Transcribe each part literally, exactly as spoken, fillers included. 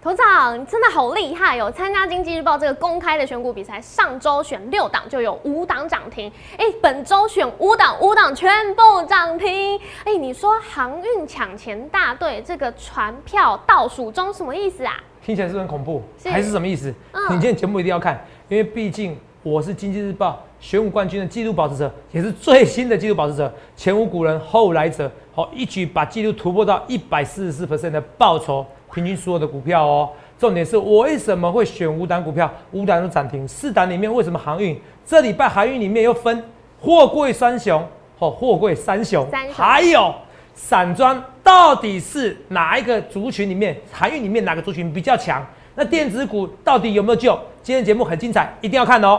头长真的好厉害哦！参加经济日报这个公开的选股比赛，上周选六档就有五档涨停，哎，本周选五档，五档全部涨停。哎，你说航运抢钱大队这个船票倒数中什么意思啊？ 听起来是不是很恐怖？ 是还是什么意思？嗯、你今天节目一定要看，因为毕竟我是经济日报选股冠军的纪录保持者，也是最新的纪录保持者，前无古人后无来者，好，一举把纪录突破到一百四十四 percent 的报酬。平均所有的股票哦，重点是我为什么会选五档股票，五档都涨停，四档里面为什么航运？这礼拜航运里面又分货柜三雄，哦，货柜三雄， 三雄还有散装，到底是哪一个族群里面，航运里面哪个族群比较强？那电子股到底有没有救？今天节目很精彩，一定要看哦。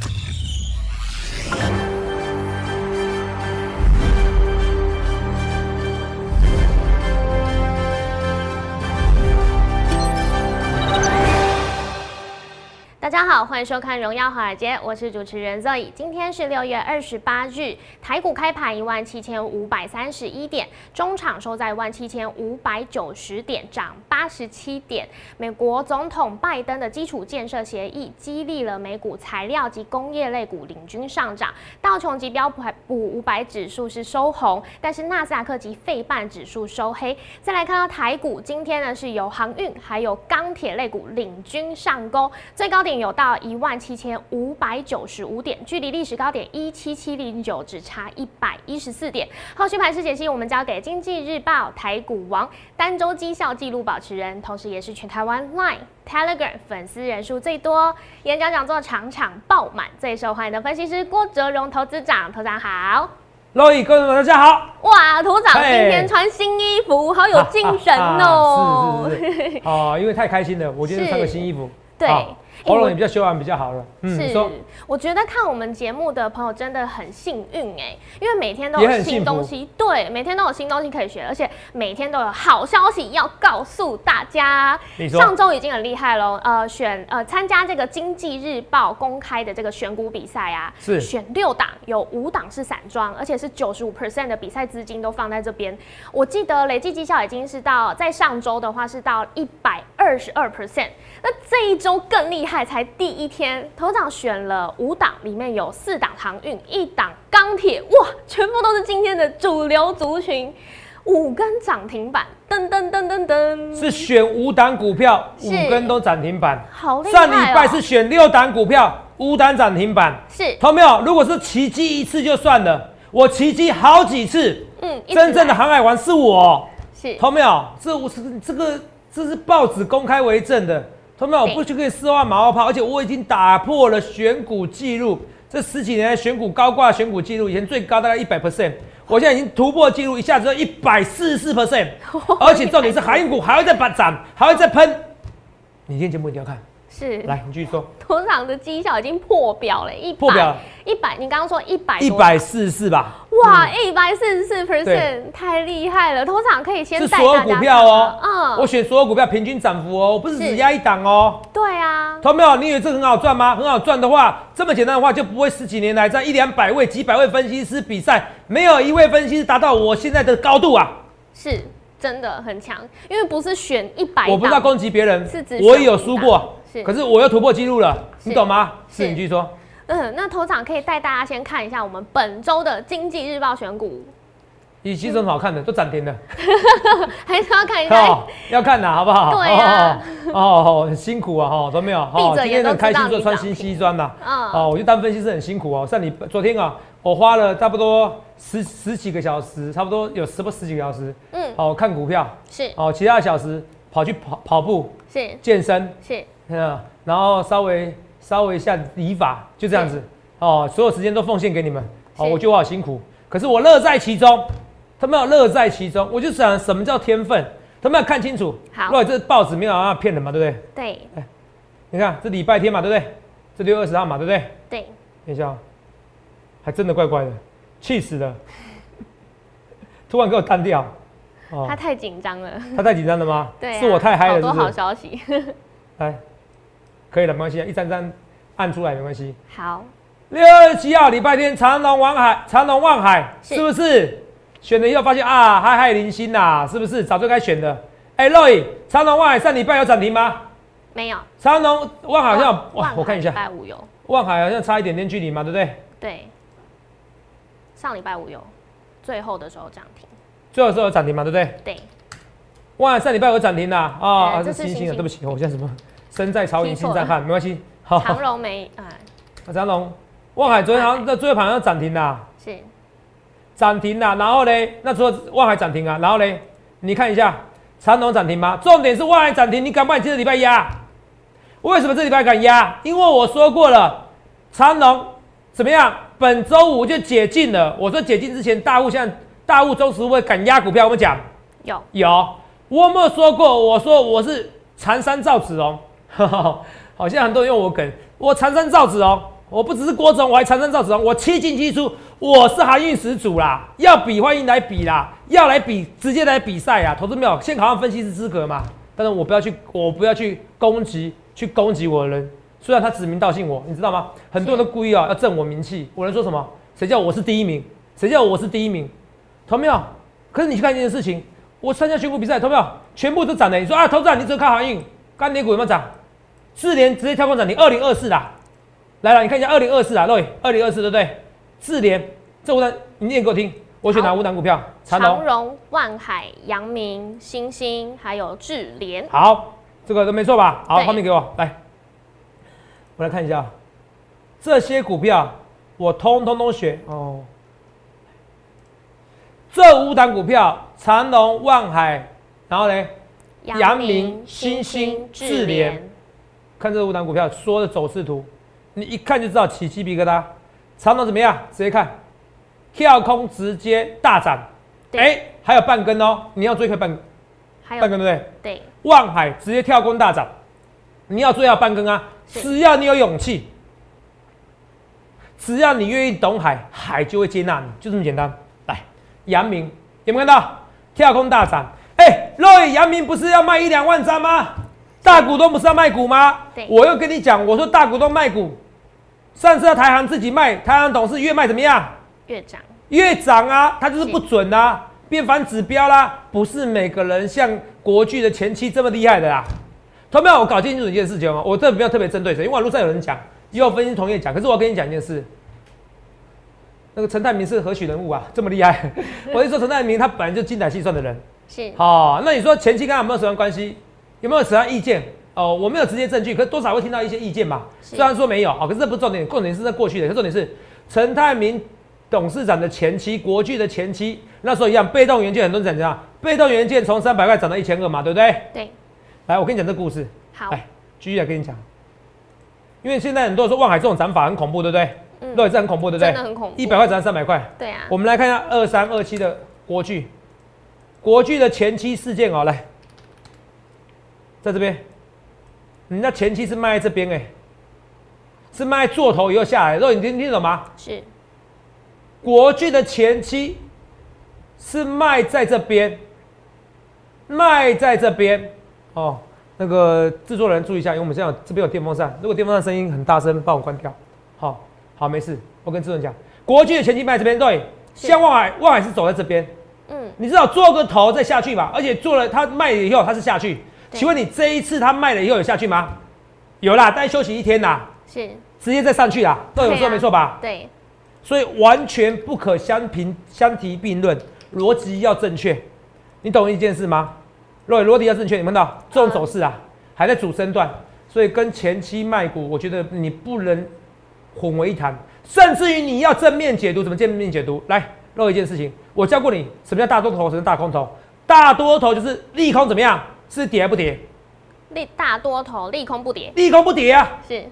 大家好，欢迎收看《荣耀华尔街》，我是主持人 Zoe。今天是六月二十八日，台股开盘一万七千五百三十一点，中场收在一万七千五百九十点，涨八十七点。美国总统拜登的基础建设协议激励了美股材料及工业类股领军上涨，道琼及标普五百指数是收红，但是纳斯达克及费半指数收黑。再来看到台股，今天呢是由航运还有钢铁类股领军上攻，最高点有到一万七千五百九十五点，距离历史高点一七七零九只差一百一十四点。后续盘势解析，我们交给经济日报台股王、单周绩效纪录保持人，同时也是全台湾 Line、Telegram 粉丝人数最多、演讲讲座场场爆满、最受欢迎的分析师郭哲荣投资长。头长好。 Loy， 各位大家好！ 哇，头长今天穿新衣服，好有精神哦！ 是是是，哦，因为太开心了，我今天穿个新衣服， 对。 喉咙也比较修完比较好了。 嗯，是，我觉得看我们节目的朋友真的很幸运哎，因为每天都有新东西，对，每天都有新东西可以学，而且每天都有好消息要告诉大家。上周已经很厉害喽，呃，选呃参加这个经济日报公开的这个选股比赛啊， 是选六档，有五档是散装，而且是九十五 percent 的比赛资金都放在这边。我记得累计绩效已经是到在上周的话是到一百二十二 percent， 那这一周更厉害。才第一天，头长选了五档，里面有四档航运，一档钢铁，哇，全部都是今天的主流族群，五根涨停板，噔噔噔噔噔， 是选五档股票，五根都涨停板， 好厉害哦！ 上礼拜是选六档股票，五档涨停板， 是， 同没有？如果是奇迹一次就算了，我奇迹好几次，嗯，真正的航海王是我， 是， 同没有？这我是这个这是报纸公开为证的。同学们，我不就可以四万马后炮，而且我已经打破了选股记录。这十几年来选股高挂选股记录，以前最高大概一百 percent， 我现在已经突破记录，一下子一百四十四 percent， 而且重点是航运股还会再涨，还会再喷。你今天节目一定要看。 是， 来，你继续说。 头长的绩效已经破表了，一破表一百，你刚刚说一百， 一百四十四吧？ 哇，一百四十四 percent， 太厉害了！头长可以先带大家是所有股票哦， 嗯， 我选所有股票平均涨幅哦，我不是只压一档哦。 对啊， 同没有？你以为这很好赚吗？很好赚的话，这么简单的话，就不会十几年来在一两百位、几百位分析师比赛，没有一位分析师达到我现在的高度啊！ 是。真的很强，因为不是选一百， 我不是要攻击别人， 是指我也有输过， 是， 可是我又突破纪录了，你懂吗？是，你继续说。 嗯，那头长可以带大家先看一下我们本周的经济日报选股， 以其实很好看的，都涨停的， 还是要看一下， 哦、要看的好不好？ 对啊， 哦，哦很辛苦啊，哈，都没有， 哦， 今天很开心，做穿新西装呐， 嗯， 哦，我就当分析师很辛苦哦，像你昨天啊。我花了差不多十十几个小时，差不多有十不十几个小时，嗯，哦，看股票是， 哦，其他的小时跑去跑跑步是， 健身是， 嗯，然后稍微稍微一下理发，就这样子，哦，所有时间都奉献给你们，哦，我觉得我好辛苦，可是我乐在其中，他们要乐在其中，我就想什么叫天分，他们要看清楚， 好， 如果这报纸没有办法骗人嘛，对不对？ 对， 哎，你看这礼拜天嘛，对不对？这六月二十号嘛，对不对？ 对， 等一下。还真的怪怪的，气死了！突然给我单掉， 哦、他太紧张了。 他太紧张了吗？ 对、啊， 是我太嗨了是不是， 好多好消息。 来，可以了，没关系，一张张按出来没关系。 好， 六月二十七号礼拜天，长荣望海，长荣望海是不是选了以后发现啊，海海零星呐，是不是早就该选的？哎、 哎、欸，肉眼，长荣、万海上礼拜有涨停吗？ 没有。 长荣、万海好像哇，我看一下， 礼拜五有。 万海好像差一点点距离嘛，对不对？ 对。上礼拜五有，最后的时候涨停。 最后的时候有涨停嘛，对不对？ 对。 万海上礼拜有涨停啦，啊、哦， 啊， 是星星的，对不起，我现在什么？身在曹营心在汉，没关系。好， 长荣没哎。 长荣、万海昨天好像在最后盘上涨停啦。 是。 涨停啦，然后嘞，那除了万海涨停啊，然后嘞，你看一下长荣涨停吗？重点是万海涨停，你敢不敢接着礼拜压？为什么这礼拜敢压？因为我说过了，长荣怎么样？本周五就解禁了。我说解禁之前，大户现在大户中实会敢压股票，我们讲有有，我有没有说过？我说我是长山赵子龙，好像很多人用我梗，我长山赵子龙。我不只是郭总，我还长山赵子龙，我七进七出，我是航运始祖啦，要比欢迎来比啦，要来比直接来比赛啊！投资没有先考上分析师资格嘛？但是我不要去，我不要去攻击，去攻击我的人。虽然他指名道姓我，你知道吗？很多人都故意啊、喔、要挣我名气。我能说什么？谁叫我是第一名？谁叫我是第一名？投没有？可是你去看一件事情，我参加选股比赛，投没有？全部都涨的。你说啊，投资人你只有看航运，钢铁股有没有涨？智联直接跳空涨停，二零二四啦。来了，你看一下二零二四啊，对，二零二四对不对？智联这五档你念给我听，我选哪五档股票？ 长荣、万海、阳明、新兴，还有智联。 好，这个都没错吧？好，画面给我来，我来看一下这些股票，我通通都选哦。这五档股票，长荣、万海，然后呢，阳明、新兴、智联，看这五档股票所有的走势图。你一看就知道起鸡皮疙瘩，长荣怎么样？直接看，跳空直接大涨，哎、欸，还有半根哦，你要追可以半，半根对不对？ 对。 万海直接跳空大涨，你要追要半根啊，只要你有勇气，只要你愿意懂海，海就会接纳你，就这么简单。来，阳明有没有看到跳空大涨？哎、欸，若以阳明不是要卖一两万张吗？大股东不是要卖股吗？我又跟你讲，我说大股东卖股，上次台航自己卖，台航董事越卖怎么样？ 越涨， 越涨啊，它就是不准啊，变反指标啦。不是每个人像国巨的前期这么厉害的啦。同样，我搞清楚一件事情哦，我这不要特别针对谁，因为网络上有人讲，也有分析同业讲，可是我要跟你讲一件事，那个陈泰明是何许人物啊？这么厉害？我是说陈泰明他本来就精打细算的人， 是。 好、哦，那你说前期跟他有没有什么关系？有没有其他意见？哦，我没有直接证据，可是多少会听到一些意见嘛。虽然说没有，哦，可是这不是重点，重点是在过去的。可是重点是陈泰明董事长的前期，国巨的前期，那时候一样，被动元件很多人讲怎样？被动元件从三百块涨到一千二嘛，对不对？ 对。 来，我跟你讲这故事。 好。 来，继续来跟你讲。因为现在很多人说万海这种涨法很恐怖，对不对？嗯。对，这很恐怖，对不对？ 真的很恐怖。 一百块涨到三百块。 对啊。我们来看一下二三二七的国巨，国巨的前期事件哦，来。在这边，人家前期是卖在这边哎、欸，是卖在做头以后下来，肉你听听懂吗？ 是。 国巨的前期是卖在这边，卖在这边哦。那个制作人注意一下，因为我们现在有这边有电风扇，如果电风扇声音很大声，帮我关掉。好，好，没事。我跟制作人讲，国巨的前期卖这边，对，像万海，万海是走在这边。嗯，你至少做个头再下去吧，而且做了它卖了以后，它是下去。请问你这一次他卖了以后有下去吗？有啦，但休息一天啦， 是直接再上去啦，都有说没错吧？ 对， 所以完全不可相平相提并论，逻辑要正确。你懂一件事吗？逻逻辑要正确，你们看到这种走势啊，还在主升段，所以跟前期卖股，我觉得你不能混为一谈，甚至于你要正面解读，怎么正面解读？来，漏一件事情，我教过你什么叫大多头，什么叫大空头？大多头就是利空怎么样？是跌还不跌？ 利大多头，利空不跌。 利空不跌啊！ 是。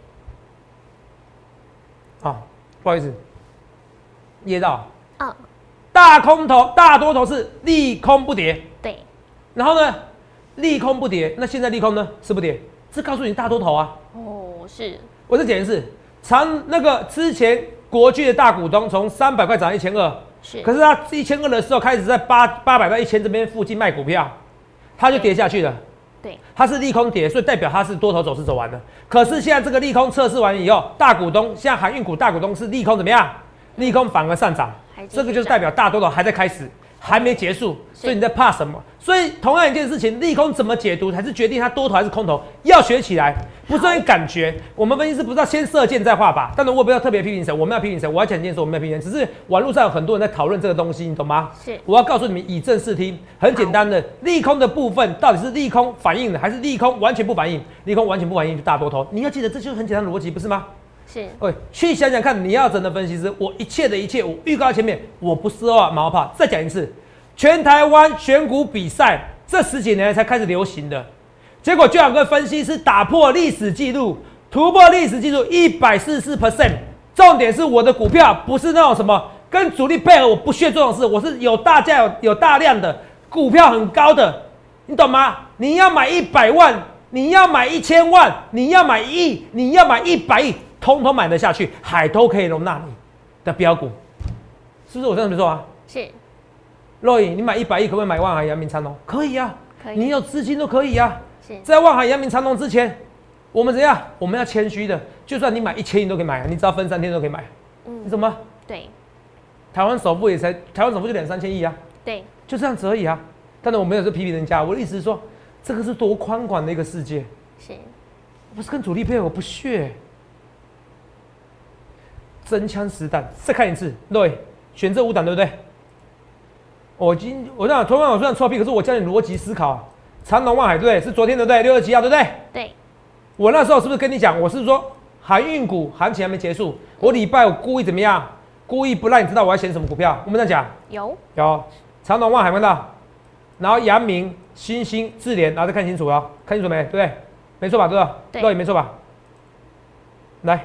啊，不好意思，噎到。 嗯。 大空头、大多头是利空不跌。 对。 然后呢，利空不跌，那现在利空呢是不跌，这告诉你大多头啊。 哦，是。 我再讲一次，长那个之前国巨的大股东从三百块涨到一千二，是。可是他一千二的时候开始在八八百到一千这边附近卖股票。它就跌下去了， 对， 它是利空跌，所以代表它是多头走势走完了。可是现在这个利空测试完以后，大股东像航运股大股东是利空怎么样？利空反而上涨，这个就是代表大多头还在开始。 还没结束，所以你在怕什么？所以同样一件事情，利空怎么解读，才是决定它多头还是空头，要学起来，不是用感觉。我们分析师不是要先射箭再画靶，但是我不要特别批评谁，我们要批评谁，我要讲一件事，我们要批评谁，只是网络上有很多人在讨论这个东西，你懂吗？ 是， 我要告诉你们以正视听，很简单的，利空的部分到底是利空反应的，还是利空完全不反应？利空完全不反应就大多头，你要记得这就是很简单的逻辑，不是吗？ 是， 对，去想想看，你要真的分析师，我一切的一切，我预告前面，我不是啊马后炮。再讲一次，全台湾选股比赛这十几年才开始流行的，结果就有个分析师打破历史记录，突破历史记录一百四十四 percent。重点是我的股票不是那种什么跟主力配合，我不屑这种事，我是有大价有有大量的股票很高的，你懂吗？你要买一百万，你要买一千万，你要买一亿，你要买一百亿。通通买得下去，海都可以容纳你的标股，是不是？我这样子说啊？ 是。 若颖，你买一百亿，可不可以买万海、阳明、长荣？可以啊， 可以。 你有资金都可以啊。 是。 在万海、阳明、长荣之前，我们怎样？我们要谦虚的，就算你买一千亿都可以买啊，你只要分三天都可以买。嗯。你懂吗？ 对。 台湾首富也才，台湾首富就两三千亿啊。 对。就这样子而已啊。但是我没有是批评人家，我的意思是说，这个是多宽广的一个世界。 是。 我不是跟主力配合，我不屑。真枪实弹，再看一次，对，选这五档对不对？我今我这样，同样我虽然错批，可是我教你逻辑思考啊。长荣、万海对不对？是昨天对不对？六月七号对不对？ 对。 我那时候是不是跟你讲？我是说航运股行情还没结束，我礼拜我故意怎么样？故意不让你知道我要选什么股票。我们这样讲？ 有有，长荣、万海看到，然后阳明、新兴、智联，然后再看清楚哦，看清楚没？对不对？没错吧？对吧？对，对，没错吧？来。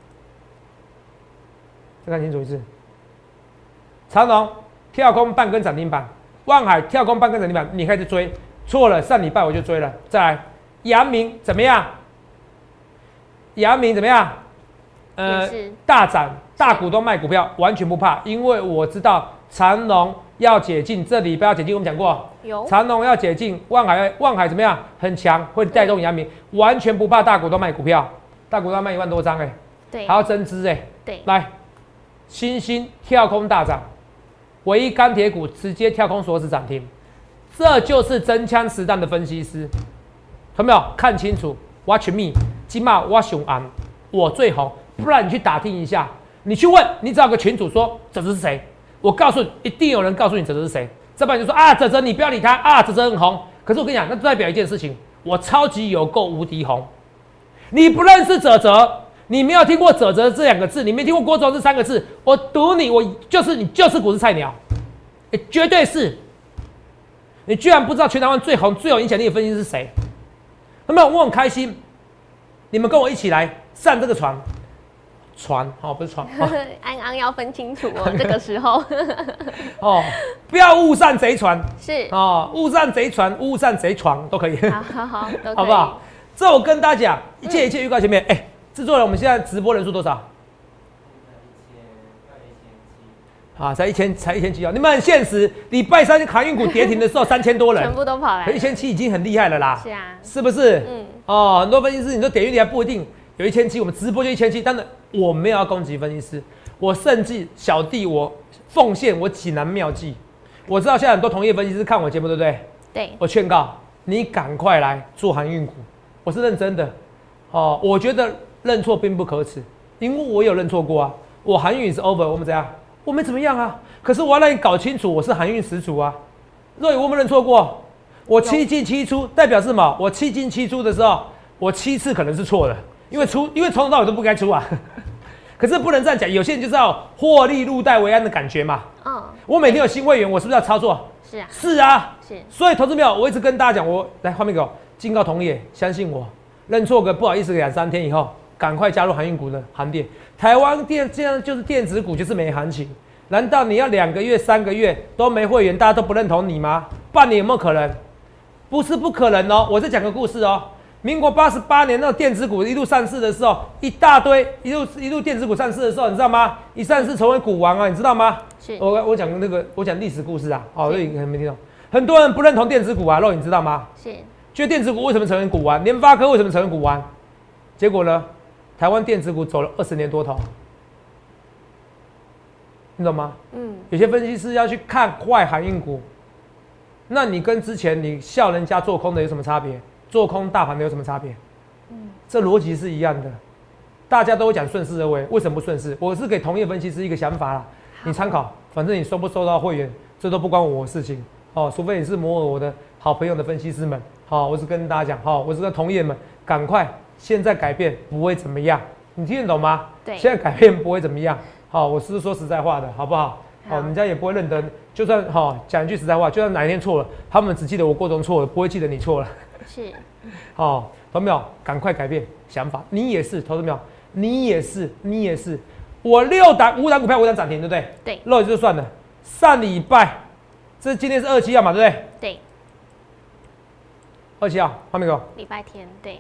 再看清楚一次，长荣跳空半根涨停板，万海跳空半根涨停板，你开始追，错了，上礼拜我就追了。再来，阳明怎么样？阳明怎么样？呃，大涨，大股东卖股票，完全不怕，因为我知道长荣要解禁，这礼拜要解禁，我们讲过， 有长荣要解禁，万海万海怎么样？很强，会带动阳明，完全不怕大股东卖股票，大股东卖一万多张哎、欸， 对， 还要增资哎， 对， 来。新兴跳空大涨，唯一钢铁股直接跳空锁死涨停，这就是真枪实弹的分析师，有没有看清楚 ？Watch me， 今嘛我熊安，我最红，不然你去打听一下，你去问，你找个群主说这是谁，我告诉你，一定有人告诉你这是谁，这不然就说啊，泽泽你不要理他啊，泽泽很红，可是我跟你讲，那代表一件事情，我超级有够无敌红，你不认识泽泽。你没有听过“泽泽”这两个字，你没听过“郭总”这三个字，我赌你，我就是你，就是股市菜鸟，欸、绝对是。你居然不知道全台湾最红、最有影响力的分析师是谁？那么我很开心，你们跟我一起来上这个船，船哦，不是船，哦、 安安要分清楚哦，这个时候哦，不要误上贼船， 是哦，误上贼船、误上贼床都可以， 好好好，都可以好不好？这我跟大家讲，一切一切预告前面，哎、嗯。欸制作人，我们现在直播人数多少？啊，才一千，才一千七哦！你们很现实，礼拜三航运股跌停的时候，三千多人， 全部都跑来， 一千七已经很厉害了啦。 是啊， 是不是？ 嗯。 哦，很多分析师，你说点阅率还不一定有一千七，我们直播就一千七，但是我没有要攻击分析师，我甚至小弟我奉献我济南妙计。我知道现在很多同业分析师看我节目，对不对？ 对。我劝告你赶快来做航运股，我是认真的。哦，我觉得。认错并不可耻，因为我有认错过啊。我航运是 over， 我们怎样？我没怎么样啊。可是我要让你搞清楚，我是航运始祖啊。若雨，我没认错过，我七进七出，代表是什么？我七进七出的时候，我七次可能是错的，因为出，因为从头到尾都不该出啊。可是不能这样讲，有些人就是要获利入袋为安的感觉嘛。嗯。我每天有新会员，我是不是要操作？ 是啊。 是啊。 是。 所以投资朋友，我一直跟大家讲，我来画面给我，警告同业，相信我，认错个不好意思，两三天以后。赶快加入航运股的行列。台湾电这样就是电子股就是没行情，难道你要两个月、三个月都没会员，大家都不认同你吗？半年有没有可能？不是不可能哦。我再讲个故事哦。民国八十八年那个电子股一路上市的时候，一大堆一路一路电子股上市的时候，你知道吗？一上市成为股王啊，你知道吗？是。我我讲那个我讲历史故事啊，哦，所以可能没听懂。很多人不认同电子股啊，肉你知道吗？是。觉得电子股为什么成为股王？联发科为什么成为股王？结果呢？台湾电子股走了二十年多头， 你懂吗？ 嗯， 有些分析师要去看坏航运股，那你跟之前你笑人家做空的有什么差别？做空大盘的有什么差别？嗯，这逻辑是一样的。大家都会讲顺势而为，为什么不顺势？我是给同业分析师一个想法啦，你参考。反正你收不收到会员，这都不关我的事情。哦，除非你是摩尔我的好朋友的分析师们。好、哦，我是跟大家讲，好、哦，我是跟同业们，赶快现在改变不会怎么样，你听得懂吗？ 对， 现在改变不会怎么样。好、哦，我是说实在话的，好不好？好、哦，人家也不会认得，就算哈讲、哦、一句实在话，就算哪一天错了，他们只记得我郭总错了，不会记得你错了。 是。 好、哦，投资秒，赶快改变想法，你也是，投资秒。你也是，你也是，我六档五档股票五档涨停，对不对？ 对， 漏也就算了。上礼拜，这今天是二七号嘛，对不对？ 对。 二七号，画面给我。 礼拜天，对。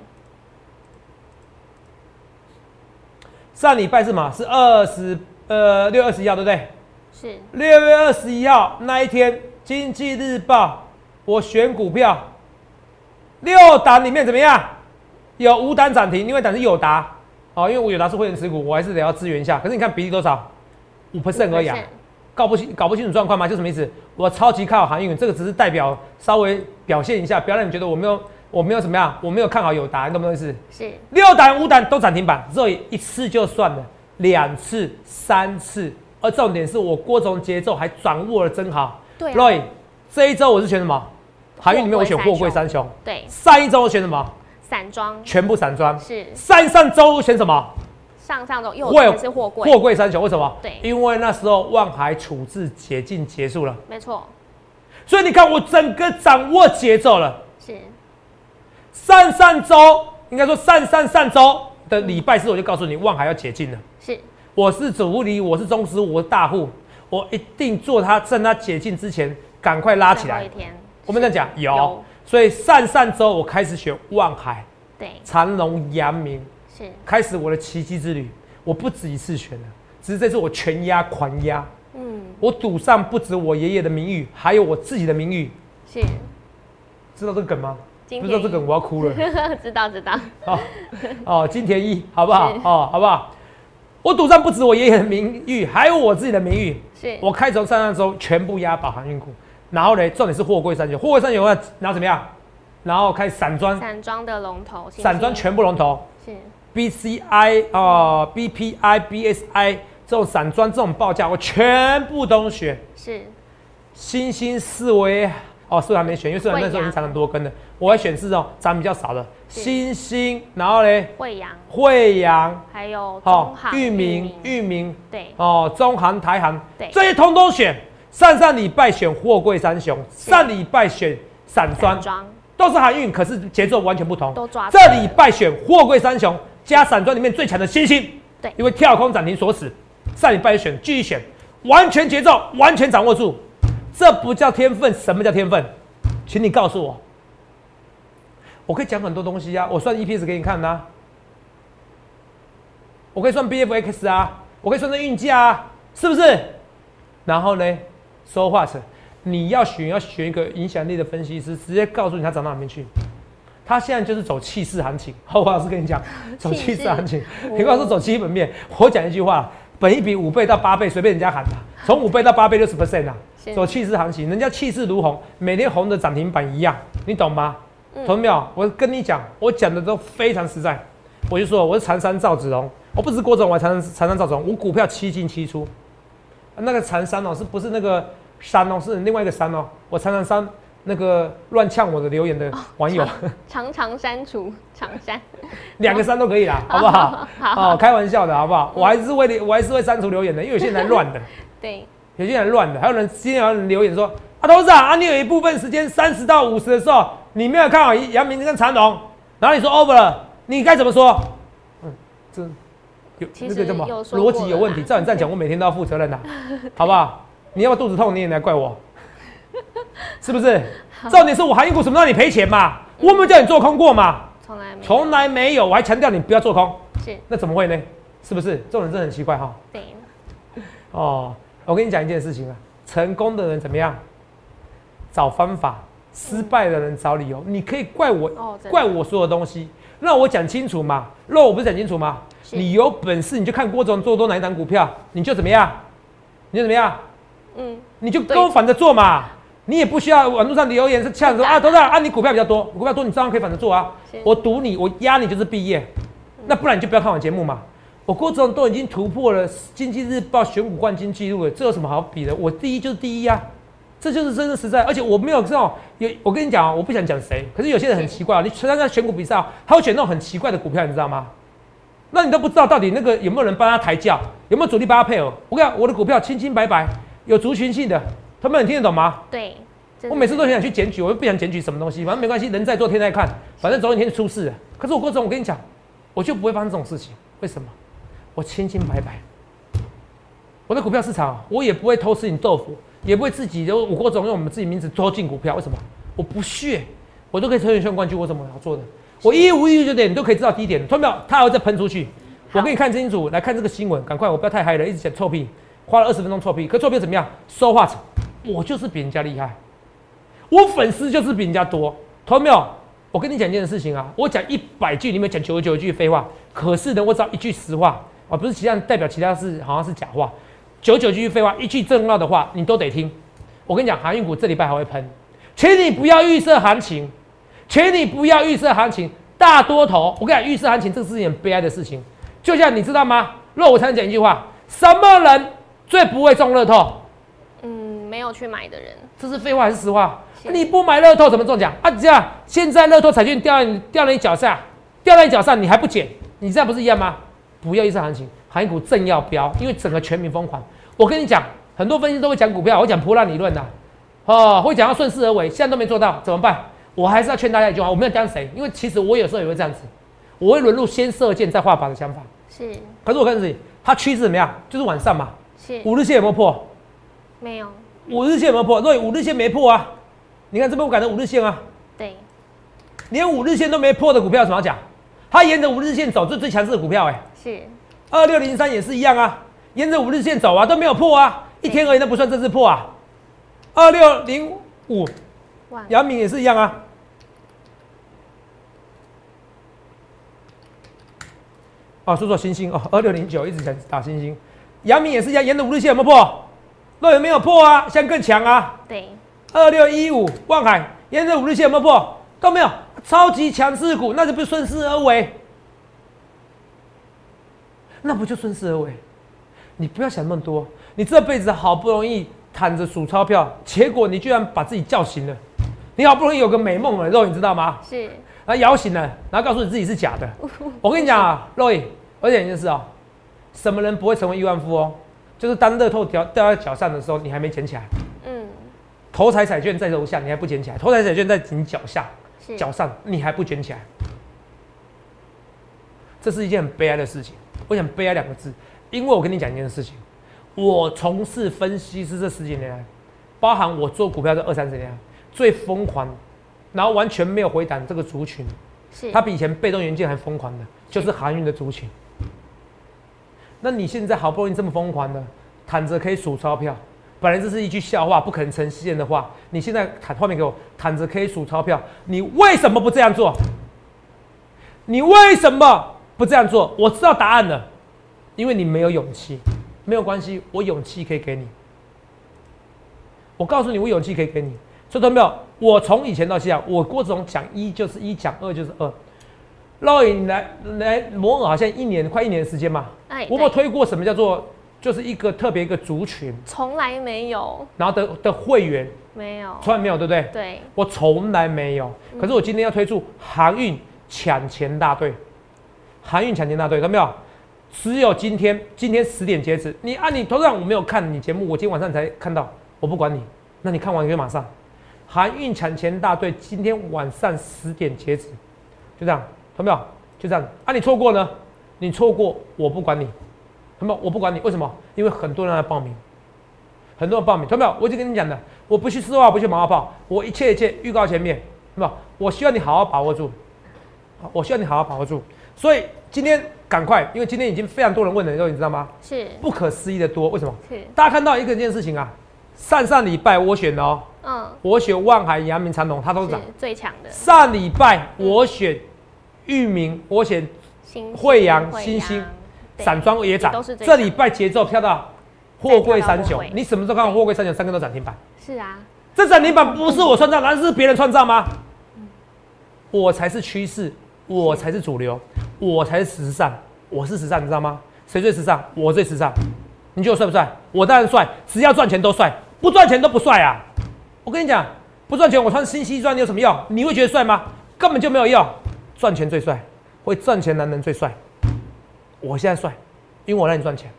上礼拜是嘛？是二十呃六月二十一号，对不对？ 是。 六月二十一号那一天，《经济日报》我选股票，六档里面怎么样？有五档涨停，另外一档是友达。哦，因为我友达是会员持股，我还是得要支援一下。可是你看比例多少？五 percent 而已啊，搞不清搞不清楚状况吗？就什么意思？我超级看好航运，这个只是代表稍微表现一下，不要让你觉得我没有我没有怎么样，我没有看好友达，你懂不懂意思？ 是六档五档都涨停板，所以一次就算了，两次、三次，而重点是我郭总节奏还掌握了真好。 对、啊。 Roy， 这一周我是选什么？航运里面我选货柜三雄。 对。 上一周我选什么？ 散装， 全部散装是。 上上周选什么？ 上上周又是货柜， 货柜三雄为什么？ 对， 因为那时候万海处置解禁结束了， 没错。 所以你看我整个掌握节奏了。 是。 上上周应该说上上上周的礼拜四我就告诉你万海要解禁了。 是。 我是主力，我是中实，我是大户，我一定做它，趁它解禁之前赶快拉起来。我们这样讲有。有所以上上周我开始选万海， 对， 长荣、阳明， 是开始我的奇迹之旅。我不止一次选了，只是这次我全压狂压。嗯，我赌上不止我爷爷的名誉，还有我自己的名誉。 是， 知道这个梗吗？不知道这个梗我要哭了。 知道知道。 哦哦，金田一，好不好？哦，好不好？我赌上不止我爷爷的名誉，还有我自己的名誉。 是， 我开从上上周全部压宝航运股。然后呢，重点是货柜三雄，货柜三雄要然后怎么样？然后开始散装， 散装的龙头， 散装全部龙头是 B C I 哦、B P I、B S I 这种散装这种报价，我全部都选。是，新兴思维哦，思维还没选，因为思维那时候已经涨很多根了，我会选是这种涨比较少的新兴，然后呢， 惠阳、 惠阳， 还有中航、 裕民、裕民， 对， 哦，中航、台航， 对， 这些通通选。上上礼拜选货柜三雄，上礼拜选散装，都是航运，可是节奏完全不同。 都抓。 这礼拜选货柜三雄加散装里面最强的新兴， 对， 因为跳空涨停锁死。上礼拜选继续选，完全节奏完全掌握住，这不叫天分，什么叫天分？请你告诉我。我可以讲很多东西啊，我算 E P S 给你看啊，我可以算 B F X 啊，我可以算这运价啊，是不是？然后呢？说话是，你要选要选一个影响力的分析师，直接告诉你他涨到哪边去。他现在就是走气势行情，侯老师跟你讲，走气势行情。你告诉走基本面，我讲一句话，本益比五倍到八倍，随便人家喊的，从五倍到八倍六十 percent 啊，走气势行情，人家气势如虹，每天红的涨停板一样，你懂吗？嗯、懂没有？我跟你讲，我讲的都非常实在。我就说我是长山赵子龙，我不是郭总，我还长山长山赵子龙，我股票七进七出。那个长山哦，是不是那个山哦？是另外一个山哦。我常常删那个乱呛我的留言的网友， 哦、常常删除长山， 两个山都可以啦，好不好？好，哦，开玩笑的好不好？我还是会我还是会删除留言的，因为有些人乱的， 对，有些人乱的，还有人今天有人留言说啊，董事长啊，你有一部分时间三十到五十的时候，你没有看好阳明跟长荣，然后你说 over 了，你该怎么说？嗯，这。那个叫什么逻辑有问题？照你这样讲，我每天都要负责任的，好不好？你要不要肚子痛，你也来怪我，是不是？重点是我航运股什么让你赔钱嘛？我有没有叫你做空过嘛？ 从来没， 从来没有。我还强调你不要做空， 是那怎么会呢？是不是？这种人真的很奇怪哈。 对。 哦，我跟你讲一件事情啊，成功的人怎么样？找方法，失败的人找理由。你可以怪我，哦、怪我所有东西，让我讲清楚嘛。让我不是讲清楚吗？你有本事你就看郭总做多哪一档股票，你就怎么样？ 你就怎么样？ 嗯， 你就跟我反着做嘛。你也不需要网络上留言是呛说啊，董事长啊，你股票比较多，股票多你照样可以反着做啊。我赌你，我压你就是毕业，嗯、那不然你就不要看我节目嘛。我郭总都已经突破了经济日报选股冠军纪录了，这有什么好比的？我第一就是第一啊。这就是真实实在，而且我没有这种有，我跟你讲啊，我不想讲谁，可是有些人很奇怪啊，你参加选股比赛啊，他会选那种很奇怪的股票，你知道吗？那你都不知道到底那个有没有人帮他抬轿，有没有主力帮他配合？我跟你讲，我的股票清清白白，有族群性的，他们你听得懂吗？ 对， 我每次都很想去检举，我又不想检举什么东西，反正没关系，人在做天在看，反正总有一天就出事了。可是我郭总，我跟你讲，我就不会发生这种事情，为什么？我清清白白，我的股票市场，我也不会偷吃你豆腐。也不会自己就我郭总用我们自己名字偷进股票，为什么？我不屑，我都可以成为选冠军，我怎么好做的？我一五一九点你都可以知道低点，看到没有？它还会再喷出去。我给你看清楚，来看这个新闻，赶快，我不要太嗨了，一直讲臭屁，花了二十分钟臭屁，可臭屁怎么样？收话我就是比人家厉害，我粉丝就是比人家多，看到没有？我跟你讲一件事情啊，我讲一百句，你们讲九十九句废话，可是呢，我只要一句实话啊，不是其他代表其他是好像是假话。九九句废话，一句正要的话，你都得听。我跟你讲，航运股这礼拜还会喷，请你不要预设行情，请你不要预设行情，大多头。我跟你讲，预设行情这是一件悲哀的事情。就像你知道吗？若我才能讲一句话：什么人最不会中乐透？ 嗯，没有去买的人。这是废话还是实话？你不买乐透怎么中奖啊？这样现在乐透彩券掉在你掉在你脚下，掉在你脚上，你还不捡？你这样不是一样吗？不要预设行情。航运股正要飙，因为整个全民疯狂。我跟你讲，很多分析都会讲股票，我讲波浪理论的、啊，哦，会讲到顺势而为，现在都没做到，怎么办？我还是要劝大家一句话，我没有讲谁，因为其实我有时候也会这样子，我会沦入先射箭再画靶的想法。 是。 可是我看自己，它趋势怎么样？就是往上嘛。 是。 五日线有没有破？ 没有。 五日线有没有破？对，五日线没破啊。你看这边我改成五日线啊。 对。 连五日线都没破的股票，有什么好讲？它沿着五日线走，这最强势的股票哎、欸。是。二六零三也是一样啊，沿着五日线走啊，都没有破啊，一天而已，那不算这次破啊。二六零五，阳明也是一样啊。哦，说说星星哦，二六零九一直想打星星，阳明也是一样，沿着五日线有没有破？若有没有破啊，现在更强啊。对。二六一五，万海沿着五日线有没有破？都没有，超级强势股，那就不顺势而为。那不就顺势而为？你不要想那么多。你这辈子好不容易躺着数钞票，结果你居然把自己叫醒了。你好不容易有个美梦了，肉，你知道吗？是。然后摇醒了，然后告诉你自己是假的。我跟你讲啊，肉，而且一件事啊，什么人不会成为亿万富翁？就是当乐透掉掉在脚上的时候，你还没捡起来。嗯。头彩彩券在楼下，你还不捡起来；头彩彩券在你脚下、脚上，你还不捡起来。这是一件很悲哀的事情。我想悲哀两个字，因为我跟你讲一件事情，我从事分析师这十几年来，包含我做股票这二三十年来，最疯狂，然后完全没有回档这个族群，是它比以前被动元件还疯狂的，就是航运的族群。那你现在好不容易这么疯狂的，躺着可以数钞票，本来这是一句笑话，不可能成现的话，你现在躺画面给我，躺着可以数钞票，你为什么不这样做？你为什么不这样做？我知道答案了，因为你没有勇气。没有关系，我勇气可以给你。我告诉你，我勇气可以给你。所以，同学们，我从以前到现在，我郭总讲一就是一，讲二就是二。老尹来来摩尔好像一年快一年的时间嘛，哎，我有没有推过什么叫做就是一个特别一个族群？ 从来没有。 然后的的会员没有， 从来没有，对不对？ 对， 我从来没有。可是我今天要推出航运抢钱大队，航运抢钱大队，看到没有？只有今天，今天十点截止。你啊，你头上我没有看你节目，我今天晚上才看到，我不管你。那你看完就马上。航运抢钱大队今天晚上十点截止，就这样，看到没有？就这样。啊，你错过呢？你错过，我不管你，看到没有？我不管你，为什么？因为很多人来报名，很多人报名，看到没有？我就跟你讲的，我不去私话，不去马后炮，我一切一切预告前面，看到没有？我希望你好好把握住，我希望你好好把握住。所以今天赶快，因为今天已经非常多人问了，你知道吗？是不可思议的多。为什么？是大家看到一个件事情啊，上上礼拜我选的哦，嗯，我选万海、阳明、长荣，它都涨最强的。 上礼拜我选裕民，我选惠阳、新兴，散装也涨。这礼拜节奏跳到货柜三雄，你什么时候看到货柜三雄三根都涨停板？ 是啊， 这涨停板不是我创造，难道是别人创造吗？嗯、我才是趋势，我才是主流，我才是时尚，我是时尚，你知道吗？谁最时尚？我最时尚。你觉得我帅不帅？我当然帅，只要赚钱都帅，不赚钱都不帅啊！我跟你讲，不赚钱我穿新西装你有什么用？你会觉得帅吗？根本就没有用。赚钱最帅，会赚钱男人最帅。我现在帅，因为我让你赚钱。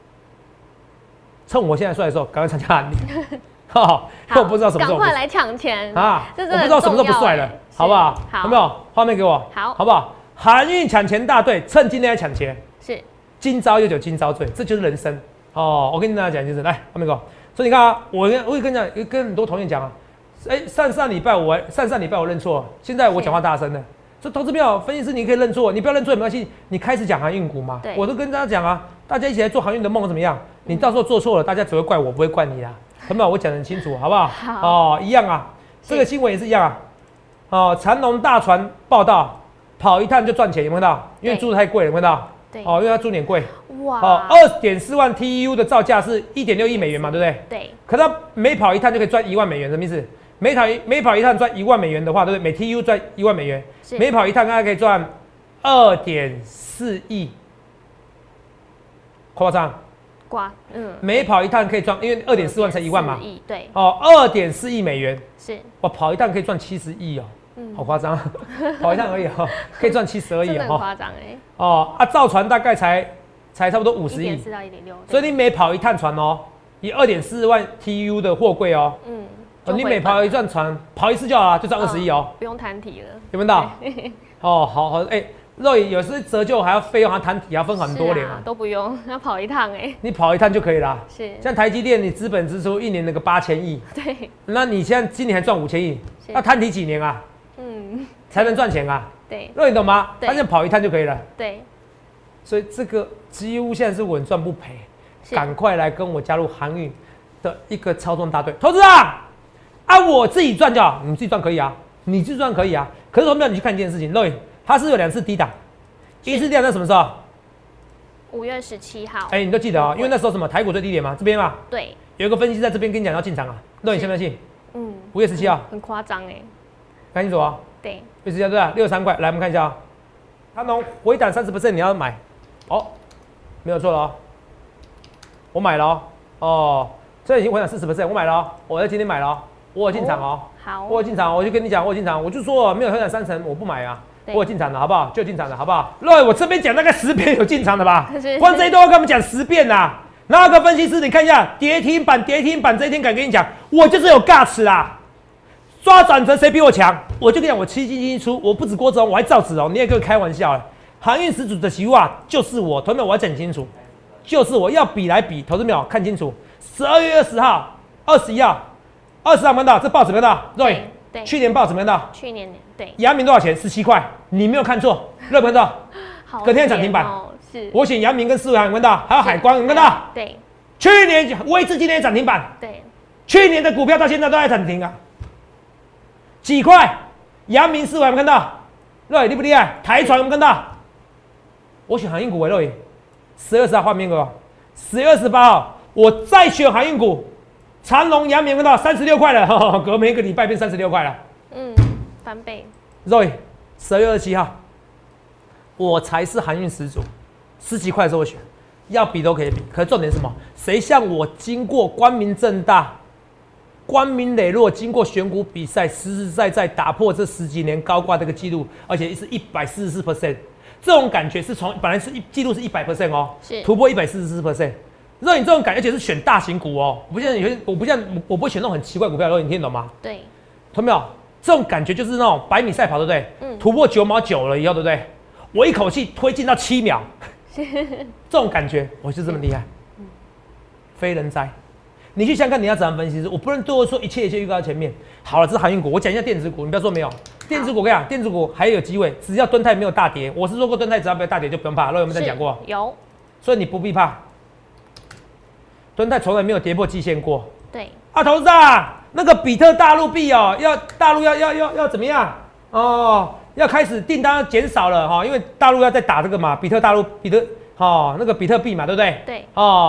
趁我现在帅的时候，赶快参加案例。好，我不知道什么时候。 赶快来抢钱啊！我不知道什么时候不帅了，好不好？ 好， 有没有画面给我？ 好， 好不好？航运抢钱大队，趁今天来抢钱。 是。 今朝又有今朝醉，这就是人生哦。我跟大家讲就是，来，画面给我。所以你看啊，我跟我会跟讲，跟很多同学讲啊，哎、欸，上上礼拜我上上礼拜我认错，现在我讲话大声了。所以投资票分析师，你可以认错，你不要认错也没关系。你开始讲航运股嘛，我都跟大家讲啊，大家一起来做航运的梦怎么样？你到时候做错了，大家只会怪我，不会怪你啦。有没有？我讲得很清楚，好不好？ 好哦，一样啊。这个新闻也是一样啊。哦，长荣大船报道，跑一趟就赚钱，有没有看到？因为租的太贵了，有没有看到？ 对。 哦，因为它租点贵。 哇。 哦，二点四万 T E U 的造价是一点六亿美元嘛，对不对？ 对。 可它每跑一趟就可以赚一万美元，什么意思？每跑一每跑一趟赚一万美元的话，对不对？每 T U 赚一万美元，每跑一趟大概可以赚二点四亿，夸张？ 挂，嗯。 每跑一趟可以赚，因为二点四万乘一万嘛， 对。 哦，二点四亿美元， 是。 哇，跑一趟可以赚七十亿哦，嗯，好夸张，跑一趟而已哦，可以赚七十而已哦， 很夸张哎。 哦，啊，造船大概才才差不多五十亿，一点四到一点六， 所以你每跑一趟船哦，以二点四万 T U 的货柜哦，嗯。你每跑一段船，跑一次就好了，就赚二十亿哦， 不用摊体了， 有没有到？哦，好好，哎、欸，肉有时折旧还要费用，还要摊体，要分很多年啊， 都不用，要跑一趟哎、欸， 你跑一趟就可以了。 是， 像台积电，你资本支出一年那个八千亿， 对， 那你现在今年还赚五千亿，要摊体几年啊？嗯，才能赚钱啊？ 对， 肉你懂吗？反正跑一趟就可以了。 对， 所以这个几乎现在是稳赚不赔，赶快来跟我加入航运的一个操纵大队，投资啊！啊，我自己赚就好，你自己赚可以啊，你自己赚可以啊。可是同学你去看一件事情，肉它是有两次低档，第一次低档在什么时候？ 五月十七号。 哎、欸，你都记得啊、喔，因为那时候什么台股最低点嘛，这边嘛。 对。有一个分析在这边跟你讲要进场啊，肉你信不信？嗯。五月十七号。 很夸张哎。 看清楚啊、喔。 对。 五月十七号对吧？六十三块，来我们看一下啊、喔，它能回档三十 percent， 你要买，哦，没有错了哦、喔，我买了哦、喔，哦，这已经回档四十 percent， 我买了哦、喔，我在今天买了哦、喔。我有进场哦， 好， 我有进场，我就跟你讲，我有进场，我就说没有回档三成，我不买啊，我有进场的好不好？就进场的好不好？对，我这边讲大概十遍有进场的吧，光这一段要跟我们讲十遍啦。那个分析师，你看一下跌停板，跌停板，这一天敢跟你讲，我就是有 guts 啦，抓转折谁比我强？我就跟你讲，我七进七出，我不止郭子龙，我还赵子龙，你也跟我开玩笑了。航运始祖的习惯啊，就是我，同学们我要讲清楚，就是我要比来比，投资没有看清楚，十二月二十号、二十一号。二十号看到这报纸看到，对，对，去年报纸看到， 去年对， 阳明多少钱？十七块，你没有看错，热看到，隔天涨停板， 是， 我选阳明跟四维航看到，还有海光有看到， 对， 去年威智今天涨停板， 对， 去年的股票到现在都在涨停啊，几块？阳明四维航看到，热厉不厉害？台船有没有看到？我选航运股为热，十月二十号画面给我，十月二十八号我再选航运股。长荣、阳明看到三十六块了，呵呵隔每一个礼拜变三十六块了。嗯， 翻倍。 Roy， 十二月二十七号，我才是航运始祖，十几块的时候我选，要比都可以比。可是重点是什么？谁像我经过光明正大、光明磊落，经过选股比赛，实实在在打破这十几年高挂这个记录，而且是一百四十四 percent， 这种感觉是从本来是一记录是一百 percent 哦，突破一百四十四 percent。让你这种感觉，而且是选大型股哦，我不像有些，我不像我不会选那种很奇怪股票，你听得懂吗？ 对， 懂没有？这种感觉就是那种百米赛跑，对不对？嗯。突破九毛九了以后，对不对？我一口气推进到七秒，这种感觉我就这么厉害，嗯，非人哉。你去想看你要怎样分析？我不能对我说一切一切预告在前面。好了，这是航运股，我讲一下电子股，你不要说没有。电子股，我跟你讲，电子股还有机会，只要敦泰没有大跌，我是说过敦泰只要没有大跌就不用怕。那有没有这样讲过？ 有。 所以你不必怕。敦泰从来没有跌破季线过。 对。 啊，投资啊，那个比特大陆币哦，要大陆要要要要怎么样？哦，要开始订单减少了哈、哦，因为大陆要在打这个嘛，比特大陆比特哦，那个比特币嘛，对不对？ 对。 哦，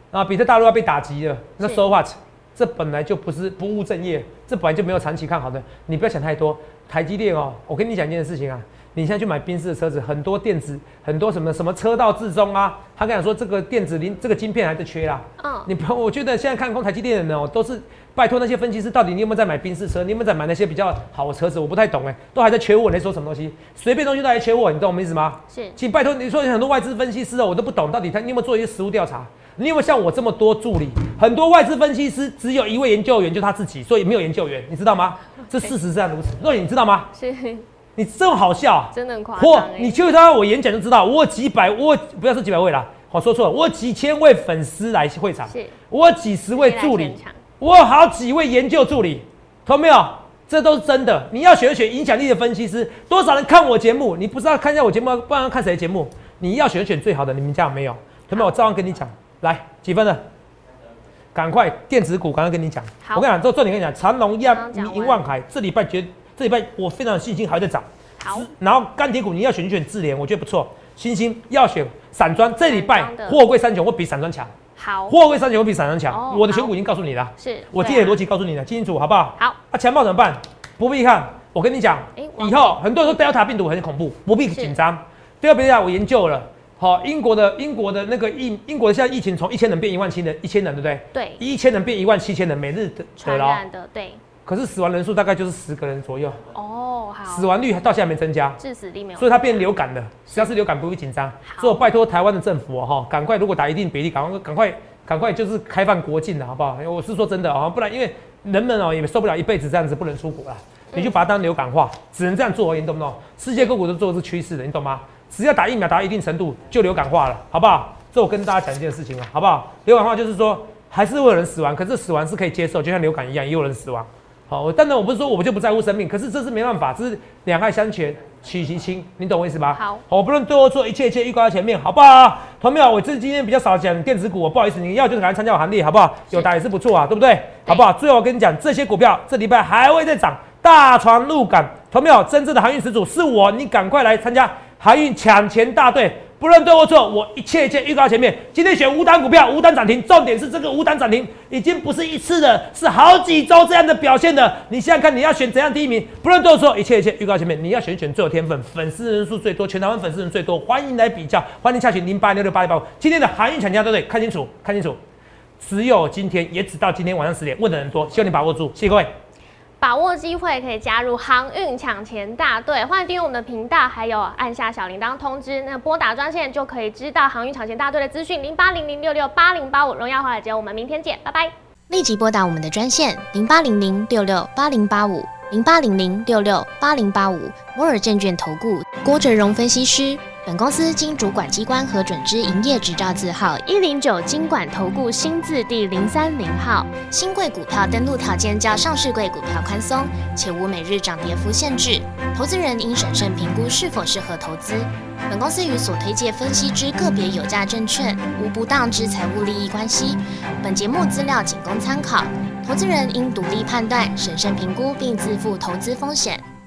啊，比特大陆要被打击了，那 so what？ 这本来就不是不务正业，这本来就没有长期看好的，你不要想太多。台积电哦，我跟你讲一件事情啊，你现在去买宾士的车子，很多电子，很多什么什么车道至中啊，他跟你说这个电子零这个晶片还在缺啦。嗯，你不，我觉得现在看空台积电的人哦，都是拜托那些分析师，到底你有没有在买宾士车？你有没有在买那些比较好的车子？我不太懂哎，都还在缺货，你在说什么东西？随便东西都还缺货，你懂我们意思吗？ 是， 请拜托你说很多外资分析师哦，我都不懂，到底他你有没有做一些实务调查？你有没有像我这么多助理？很多外资分析师只有一位研究员，就他自己，所以没有研究员，你知道吗？这事实是这样如此。若你知道吗？ 是。 你这么好笑、啊， 真的很夸张、欸。 你去到我演讲就知道，我有几百，我不要说几百位啦，我说错了，我有几千位粉丝来会场， 是， 我有几十位助理，我有好几位研究助理，懂没有？这都是真的。你要选选影响力的分析师，多少人看我节目？你不知道看一下我节目，不然要看谁的节目？你要选选最好的，你们家有没有？懂没有？我照样跟你讲。来，几分了？赶快电子股，赶快跟你讲。我跟你讲，重重点跟你讲，长荣、亚、银、万海，这礼拜觉得这礼拜我非常有信心，还会再涨。 好， 然后钢铁股你要选选智联，我觉得不错。新兴要选散装，这礼拜货柜三雄会比散装强。 好， 货柜三雄会比散装强。 哦、 我的选股已经告诉你了， 是我今天的逻辑告诉你了，记清楚好不好？ 好。 啊，强暴怎么办？不必看。我跟你讲，以后很多人说 Delta 病毒很恐怖，不必紧张。第二，别讲我研究了。好，英国的英国的那个疫英国的现在疫情从一千人变一万七人，一千人对不对？ 对， 一千人变一万七千人，每日得传染的对。 可是死亡人数大概就是十个人左右。 哦，好。 死亡率到现在没增加， 致死率没有， 所以它变流感的。只要是流感不会紧张，所以我拜托台湾的政府哦，赶快如果打一定比例，赶快赶快赶快就是开放国境了，好不好？我是说真的哦，不然因为人们哦也受不了一辈子这样子不能出国啦，你就把它当流感化，只能这样做而已，你懂不懂？世界各国都做的是趋势的，你懂吗？只要打疫苗达到一定程度，就流感化了，好不好？这我跟大家讲一件事情了，好不好？流感化就是说，还是会有人死亡，可是死亡是可以接受，就像流感一样，也有人死亡。好，当然我不是说我就不在乎生命，可是这是没办法，这是两害相权取其轻，你懂我意思吧？ 好， 我不论对或错，一切一切预告在前面，好不好？同没有？我这今天比较少讲电子股，不好意思，你要就赶快参加我行列，好不好？有打也是不错啊，对不对？好不好？最后我跟你讲，这些股票这礼拜还会再涨，大船入港，同没有？真正的航运始祖是我，你赶快来参加航运抢钱大队。不论对或错，我一切一切预告前面。今天选五档股票，五档涨停，重点是这个五档涨停已经不是一次的，是好几周这样的表现的。你想想看，你要选怎样第一名？不论对或错，一切一切预告前面，你要选选最有天分、粉丝人数最多、全台湾粉丝人最多，欢迎来比较，欢迎洽询零八六六八零八五。今天的航运抢家对不对？看清楚，看清楚，只有今天，也只到今天晚上十点，问的人多，希望你把握住，谢谢各位。 把握机会可以加入航运抢钱大队，欢迎订阅我们的频道，还有按下小铃铛通知。那拨打专线就可以知道航运抢钱大队的资讯，零八零零六六八零八五。荣耀华尔街，我们明天见，拜拜。 立即拨打我们的专线零八零零六六八零八五零八零零六六八零八五。摩尔证券投顾郭哲荣分析师。本公司经主管机关核准之营业执照字号一零九金管投顾新字第零三零号。新贵股票登录条件较上市贵股票宽松，且无每日涨跌幅限制。投资人应审慎评估是否适合投资。本公司与所推介分析之个别有价证券无不当之财务利益关系。本节目资料仅供参考，投资人应独立判断、审慎评估并自负投资风险。